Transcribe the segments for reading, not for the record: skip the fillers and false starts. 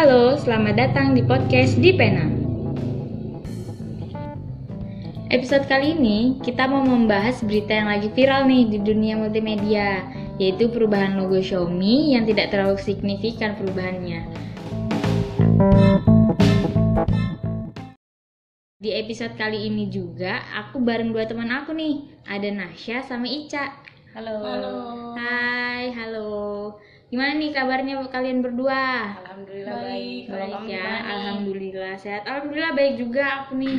Halo, selamat datang di podcast Di Pena. Episode kali ini kita mau membahas berita yang lagi viral nih di dunia multimedia, yaitu perubahan logo Xiaomi yang tidak terlalu signifikan perubahannya. Di episode kali ini juga aku bareng dua teman aku nih, ada Nasya sama Ica. Halo. Hai, halo. Gimana nih kabarnya kalian berdua? Alhamdulillah baik. Kalau Baik kamu ya, gimana nih? alhamdulillah sehat. Alhamdulillah baik juga aku nih.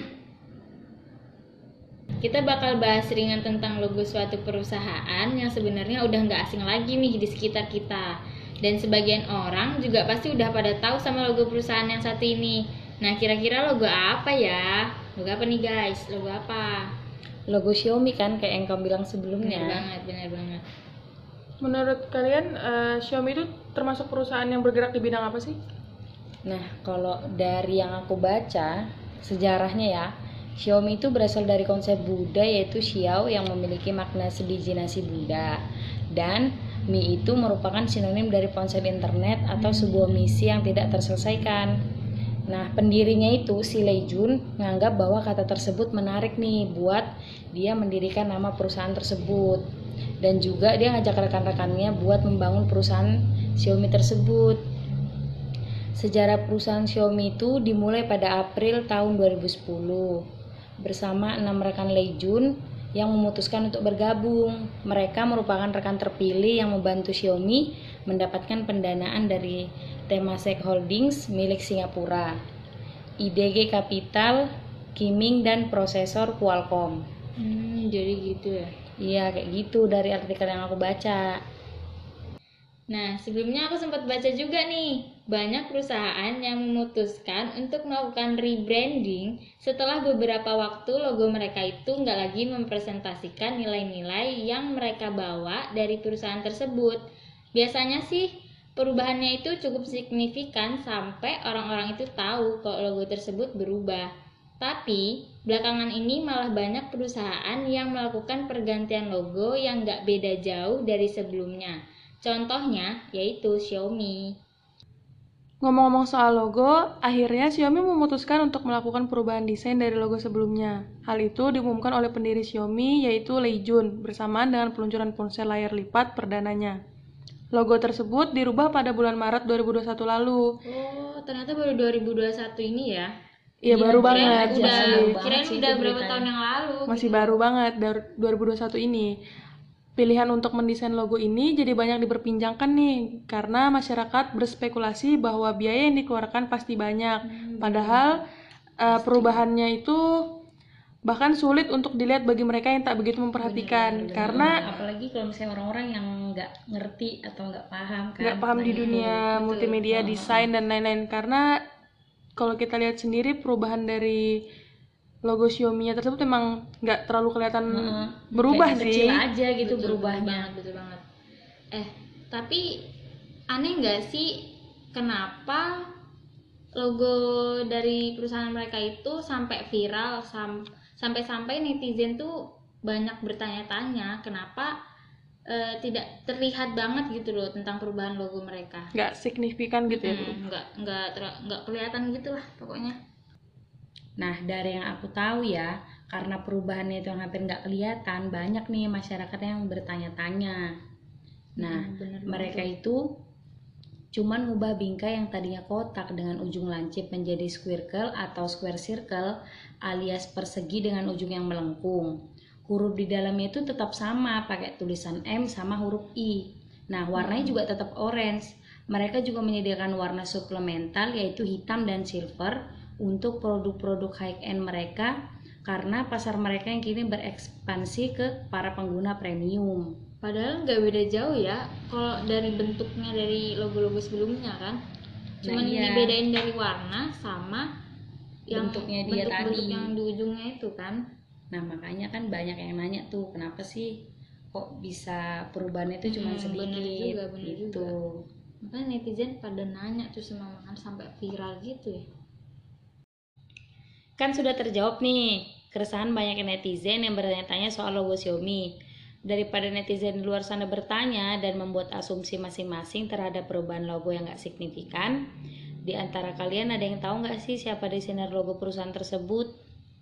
Kita bakal bahas ringan tentang logo suatu perusahaan yang sebenarnya udah nggak asing lagi nih di sekitar kita. Dan sebagian orang juga pasti udah pada tahu sama logo perusahaan yang satu ini. Nah, kira-kira logo apa ya? Logo apa nih guys? Logo apa? Logo Xiaomi kan kayak yang kamu bilang sebelumnya. Benar banget. Menurut kalian Xiaomi itu termasuk perusahaan yang bergerak di bidang apa sih? Nah, kalau dari yang aku baca sejarahnya ya, Xiaomi itu berasal dari konsep Buddha yaitu Xiao yang memiliki makna sebiji nasi Buddha. Dan Mi itu merupakan sinonim dari konsep internet atau sebuah misi yang tidak terselesaikan. Nah, pendirinya itu si Lei Jun menganggap bahwa kata tersebut menarik nih buat dia mendirikan nama perusahaan tersebut. Dan juga dia ngajak rekan-rekannya buat membangun perusahaan Xiaomi tersebut. Sejarah perusahaan Xiaomi itu dimulai pada April tahun 2010 bersama 6 rekan Lei Jun yang memutuskan untuk bergabung. Mereka merupakan rekan terpilih yang membantu Xiaomi mendapatkan pendanaan dari Temasek Holdings milik Singapura, IDG Capital, Kiming, dan prosesor Qualcomm. Jadi gitu ya. Iya, kayak gitu dari artikel yang aku baca. Nah, sebelumnya aku sempat baca juga nih, banyak perusahaan yang memutuskan untuk melakukan rebranding setelah beberapa waktu logo mereka itu nggak lagi mempresentasikan nilai-nilai yang mereka bawa dari perusahaan tersebut. Biasanya sih perubahannya itu cukup signifikan sampai orang-orang itu tahu kalau logo tersebut berubah. Tapi, belakangan ini malah banyak perusahaan yang melakukan pergantian logo yang nggak beda jauh dari sebelumnya. Contohnya yaitu Xiaomi. Ngomong-ngomong soal logo, akhirnya Xiaomi memutuskan untuk melakukan perubahan desain dari logo sebelumnya. Hal itu diumumkan oleh pendiri Xiaomi yaitu Lei Jun bersamaan dengan peluncuran ponsel layar lipat perdananya. Logo tersebut dirubah pada bulan Maret 2021 lalu. Oh, ternyata baru 2021 ini ya. Iya, baru banget. Kirain udah berapa tahun yang lalu. Masih baru banget dari 2021 ini. Pilihan untuk mendesain logo ini jadi banyak diperbincangkan nih, karena masyarakat berspekulasi bahwa biaya yang dikeluarkan pasti banyak. Padahal perubahannya itu bahkan sulit untuk dilihat bagi mereka yang tak begitu memperhatikan. Karena apalagi kalau misalnya orang-orang yang nggak ngerti atau nggak paham kan, nggak paham di dunia multimedia, desain dan lain-lain. Karena kalau kita lihat sendiri perubahan dari logo Xiaomi-nya tersebut memang nggak terlalu kelihatan berubah kayak sih. kecil aja gitu berubahnya. Betul banget. Tapi aneh nggak sih kenapa logo dari perusahaan mereka itu sampai viral, sampai netizen tuh banyak bertanya-tanya kenapa tidak terlihat banget gitu loh tentang perubahan logo mereka. Nggak signifikan gitu ya. Nggak kelihatan gitu lah pokoknya. Nah, dari yang aku tahu ya, karena perubahannya itu yang hampir nggak kelihatan, banyak nih masyarakat yang bertanya-tanya. Nah, mereka itu cuman ngubah bingkai yang tadinya kotak dengan ujung lancip menjadi squircle atau square circle alias persegi dengan ujung yang melengkung. Huruf di dalamnya itu tetap sama, pakai tulisan M sama huruf I. Nah, warnanya juga tetap orange. Mereka juga menyediakan warna suplemental yaitu hitam dan silver untuk produk-produk high-end mereka karena pasar mereka yang kini berekspansi ke para pengguna premium. Padahal nggak beda jauh ya kalau dari bentuknya dari logo-logo sebelumnya kan. Cuman dibedain dari warna sama yang bentuknya dia bentuk tadi yang di ujungnya itu kan. Nah, makanya kan banyak yang nanya tuh kenapa sih kok bisa perubahan itu cuma sedikit. Bener gitu. juga. Makanya netizen pada nanya tuh sama sampai viral gitu ya. Kan sudah terjawab nih keresahan banyak netizen yang bertanya-tanya soal logo Xiaomi. Daripada netizen di luar sana bertanya dan membuat asumsi masing-masing terhadap perubahan logo yang gak signifikan, Di antara kalian ada yang tahu nggak sih siapa desainer logo perusahaan tersebut?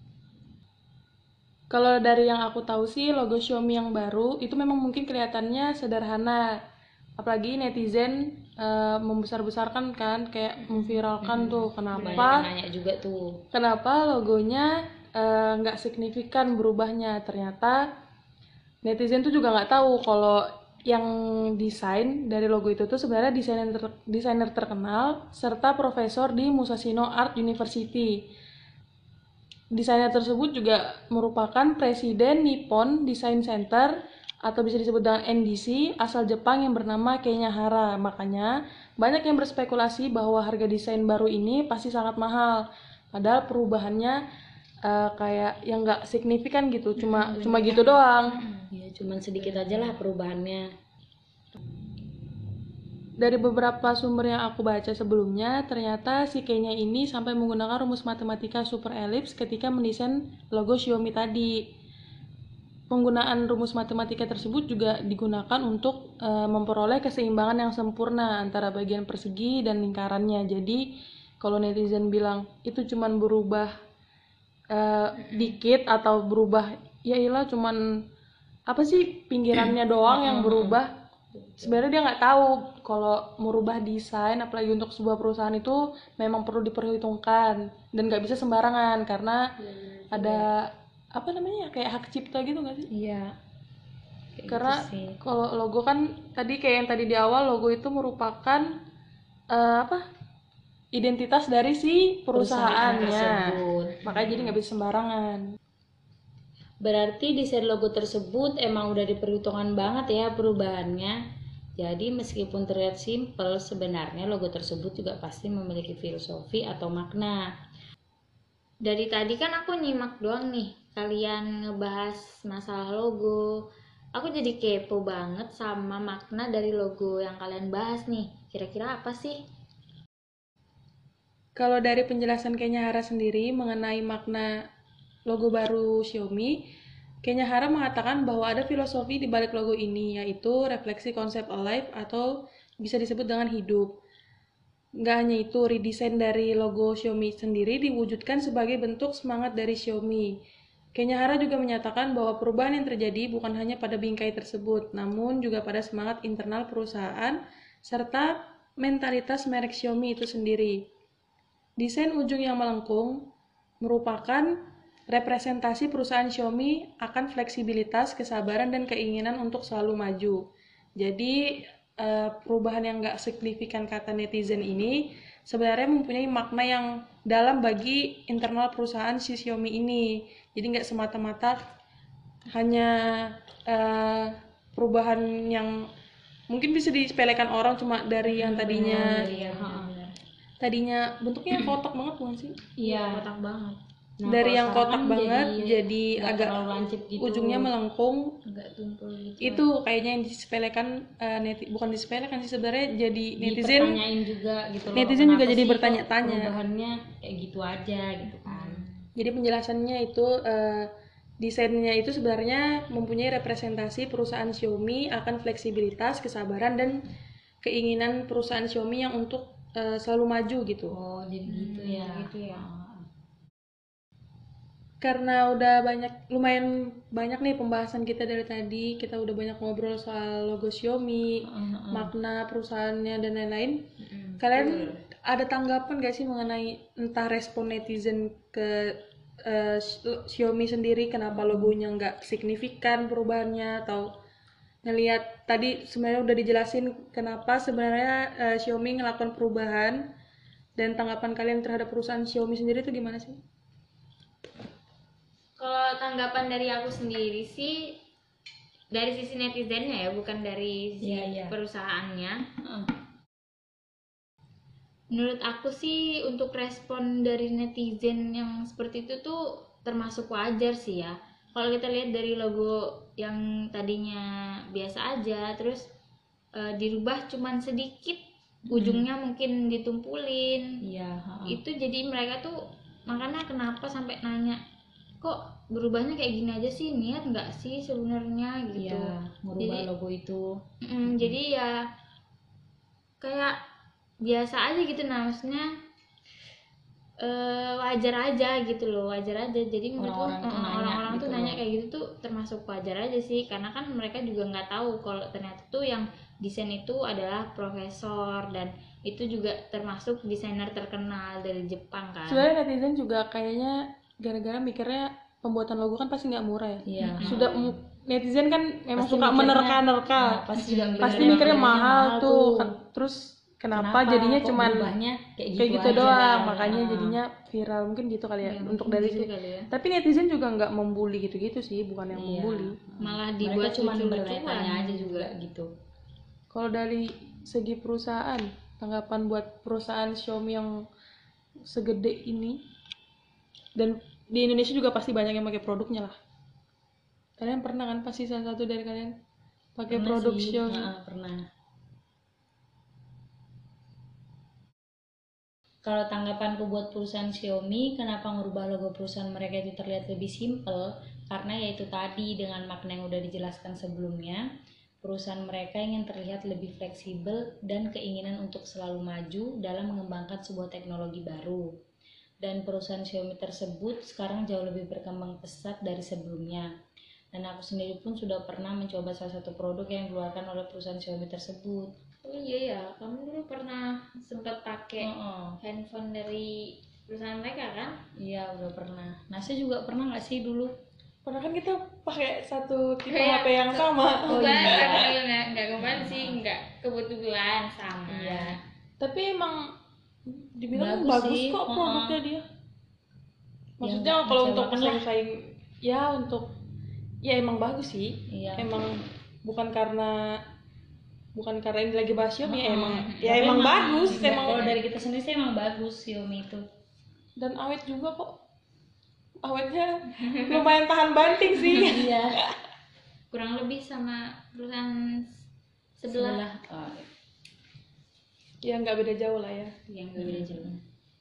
Kalau dari yang aku tahu sih, logo Xiaomi yang baru itu memang mungkin kelihatannya sederhana. Apalagi netizen membesar-besarkan kan, kayak memviralkan tuh. Banyak Kenapa? yang nanya juga tuh. Kenapa logonya nggak signifikan berubahnya? Ternyata netizen tuh juga nggak tahu kalau yang desain dari logo itu tuh sebenarnya desainer terkenal serta profesor di Musashino Art University. Desainer tersebut juga merupakan presiden Nippon Design Center atau bisa disebut dengan NDC asal Jepang yang bernama Kenya Hara. Makanya banyak yang berspekulasi bahwa harga desain baru ini pasti sangat mahal. Padahal perubahannya kayak yang nggak signifikan gitu, cuma gitu doang. Ya cuman sedikit aja lah perubahannya. Dari beberapa sumber yang aku baca sebelumnya, ternyata si Kenya ini sampai menggunakan rumus matematika super elips ketika mendesain logo Xiaomi tadi. Penggunaan rumus matematika tersebut juga digunakan untuk memperoleh keseimbangan yang sempurna antara bagian persegi dan lingkarannya. Jadi, kalau netizen bilang itu cuman berubah dikit atau berubah, ya iyalah cuman apa sih pinggirannya doang yang berubah. Sebenarnya dia nggak tahu kalau merubah desain apalagi untuk sebuah perusahaan itu memang perlu diperhitungkan dan nggak bisa sembarangan karena ada apa namanya kayak hak cipta gitu nggak sih? Iya. Karena gitu sih. kalau logo kan tadi kayak yang tadi di awal, logo itu merupakan apa identitas dari si perusahaannya, tersebut. makanya jadi nggak bisa sembarangan. Berarti desain logo tersebut emang udah diperhitungkan banget ya perubahannya. Jadi meskipun terlihat simpel, sebenarnya logo tersebut juga pasti memiliki filosofi atau makna. Dari tadi kan aku nyimak doang nih, kalian ngebahas masalah logo. Aku jadi kepo banget sama makna dari logo yang kalian bahas nih. Kira-kira apa sih? Kalau dari penjelasan Kenya Hara sendiri mengenai makna logo baru Xiaomi, Kenya Hara mengatakan bahwa ada filosofi di balik logo ini, yaitu refleksi konsep alive atau bisa disebut dengan hidup. Nggak hanya itu, redesign dari logo Xiaomi sendiri diwujudkan sebagai bentuk semangat dari Xiaomi. Kenya Hara juga menyatakan bahwa perubahan yang terjadi bukan hanya pada bingkai tersebut, namun juga pada semangat internal perusahaan serta mentalitas merek Xiaomi itu sendiri. Desain ujung yang melengkung merupakan representasi perusahaan Xiaomi akan fleksibilitas, kesabaran, dan keinginan untuk selalu maju. Jadi perubahan yang nggak signifikan kata netizen ini sebenarnya mempunyai makna yang dalam bagi internal perusahaan si Xiaomi ini. Jadi nggak semata-mata hanya perubahan yang mungkin bisa disepelekan orang cuma dari yang tadinya bentuknya kotak banget bukan sih? Iya. Kotak banget. Nah, Dari kalau yang sekarang kotak kan banget jadi nggak agak terlalu lancip gitu. ujungnya melengkung. Agak tumpul gitu. Itu kayaknya yang disepelekan bukan disepelekan sih sebenarnya, jadi netizen dipertanyain juga gitu loh. netizen juga Kenapa jadi sih kok bertanya-tanya. perubahannya kayak gitu aja gitu kan. Jadi penjelasannya itu desainnya itu sebenarnya mempunyai representasi perusahaan Xiaomi akan fleksibilitas, kesabaran, dan keinginan perusahaan Xiaomi yang untuk selalu maju gitu. Oh, jadi gitu ya. Gitu ya. Karena udah lumayan banyak nih pembahasan kita dari tadi, kita udah banyak ngobrol soal logo Xiaomi, makna perusahaannya dan lain-lain. Kalian ada tanggapan gak sih mengenai entah respon netizen ke Xiaomi sendiri, kenapa logonya nggak signifikan perubahannya, atau ngelihat tadi sebenarnya udah dijelasin kenapa sebenarnya Xiaomi ngelakukan perubahan, dan tanggapan kalian terhadap perusahaan Xiaomi sendiri itu gimana sih? Kalau tanggapan dari aku sendiri sih dari sisi netizennya ya, bukan dari sisi perusahaannya. Menurut aku sih untuk respon dari netizen yang seperti itu tuh termasuk wajar sih ya. Kalau kita lihat dari logo yang tadinya biasa aja, terus dirubah cuman sedikit, ujungnya mungkin ditumpulin. Iya. Itu jadi mereka tuh makanya kenapa sampai nanya, kok berubahnya kayak gini aja sih, niat nggak sih sebenarnya gitu. Iya, merubah logo itu. Jadi ya kayak biasa aja gitu. Nah maksudnya wajar aja gitu loh, wajar aja. Jadi menurutku orang-orang tuh nanya kayak gitu tuh termasuk wajar aja sih, karena kan mereka juga nggak tahu kalau ternyata tuh yang desain itu adalah profesor dan itu juga termasuk desainer terkenal dari Jepang kan. Sebenarnya netizen juga kayaknya gara-gara mikirnya pembuatan logo kan pasti nggak murah ya. Iya. Sudah netizen kan memang Pasti suka mikirnya- menerka-nerka. pasti mikirnya mahal tuh. tuh. Terus kenapa jadinya kok cuman berubahnya kayak gitu aja? doang, makanya jadinya viral, mungkin gitu kali ya, untuk dari gitu sini. kali ya. Tapi netizen juga nggak membuli gitu-gitu sih, bukan yang membuli. Malah Mereka dibuat cuma lucu-lucuan bertanya aja juga gitu. Kalau dari segi perusahaan, tanggapan buat perusahaan Xiaomi yang segede ini, dan di Indonesia juga pasti banyak yang pakai produknya lah. Kalian pernah kan, pasti salah satu dari kalian pakai produk Xiaomi? Pernah. Kalau tanggapanku buat perusahaan Xiaomi, kenapa merubah logo perusahaan mereka itu terlihat lebih simpel? Karena yaitu tadi, dengan makna yang udah dijelaskan sebelumnya, perusahaan mereka ingin terlihat lebih fleksibel dan keinginan untuk selalu maju dalam mengembangkan sebuah teknologi baru. Dan perusahaan Xiaomi tersebut sekarang jauh lebih berkembang pesat dari sebelumnya. Dan aku sendiri pun sudah pernah mencoba salah satu produk yang dikeluarkan oleh perusahaan Xiaomi tersebut. Oh iya ya, kamu dulu pernah sempat pakai handphone dari perusahaan mereka kan? Iya, udah pernah. Nasa juga pernah nggak sih dulu? Pernah kan kita pakai satu tipe Kayak HP yang sama. nggak kemarin sih, nggak kebetulan sama. Iya. Tapi emang dibilang Bagus bagus sih, kok produknya dia. Maksudnya nggak kalau untuk kecewakan lah. pesaing-pesaing, ya untuk, ya emang bagus sih. Iya. Emang bukan karena ini lagi bahas Xiaomi, ya Tapi emang bagus, Kalau emang. dari kita sendiri sih emang bagus Xiaomi itu. Dan awet juga kok. Awetnya lumayan tahan banting sih. Iya. Kurang lebih sama perusahaan sebelah. Oh, Ya nggak beda jauh lah ya. Yang nggak beda jauh.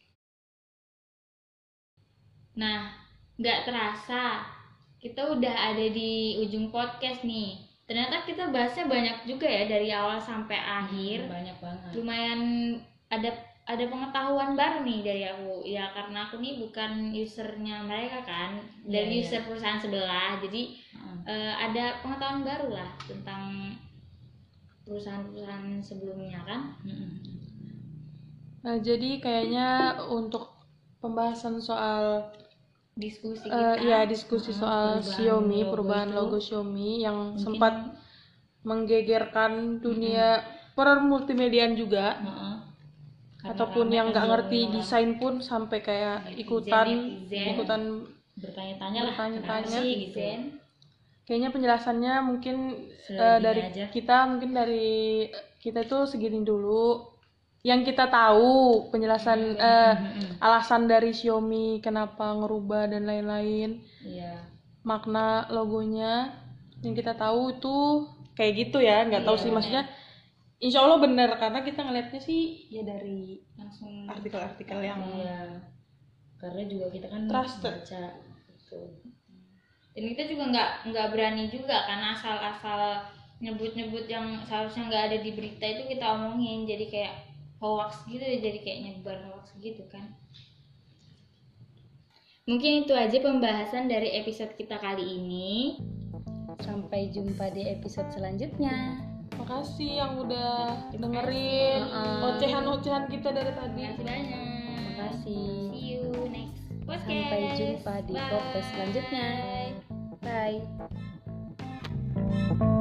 Nah, nggak terasa kita udah ada di ujung podcast nih. Ternyata kita bahasnya banyak juga ya dari awal sampai akhir. banyak banget. Lumayan ada pengetahuan baru nih dari aku. Ya karena aku nih bukan usernya mereka kan, dari user perusahaan sebelah. Jadi ada pengetahuan baru lah tentang perusahaan-perusahaan sebelumnya kan. Nah, jadi kayaknya untuk pembahasan soal Diskusi kita. diskusi soal Xiaomi, perubahan logo Xiaomi yang sempat menggegerkan dunia permultimediaan juga, ataupun yang nggak ngerti desain pun sampai kayak ikutan Bertanya-tanya lah. bertanya-tanya. Sih gitu. Kayaknya penjelasannya mungkin dari kita itu segini dulu. Yang kita tahu penjelasan alasan dari Xiaomi kenapa ngerubah dan lain-lain, makna logonya yang kita tahu itu kayak gitu ya, nggak tahu sih maksudnya. Insya Allah benar karena kita ngelihatnya sih ya dari Langsung artikel-artikel yang Karena juga kita kan trusted. baca gitu. dan kita juga nggak berani juga kan asal-asal nyebut-nyebut yang seharusnya nggak ada di berita itu kita omongin, jadi kayak hoax gitu, jadi kayak nyebar hoax gitu kan. Mungkin itu aja pembahasan dari episode kita kali ini. Sampai jumpa di episode selanjutnya. Makasih yang udah dengerin ocehan-ocehan kita dari tadi. Terima kasih banyak. Makasih. See you next podcast. Sampai jumpa di podcast selanjutnya. Bye. Bye.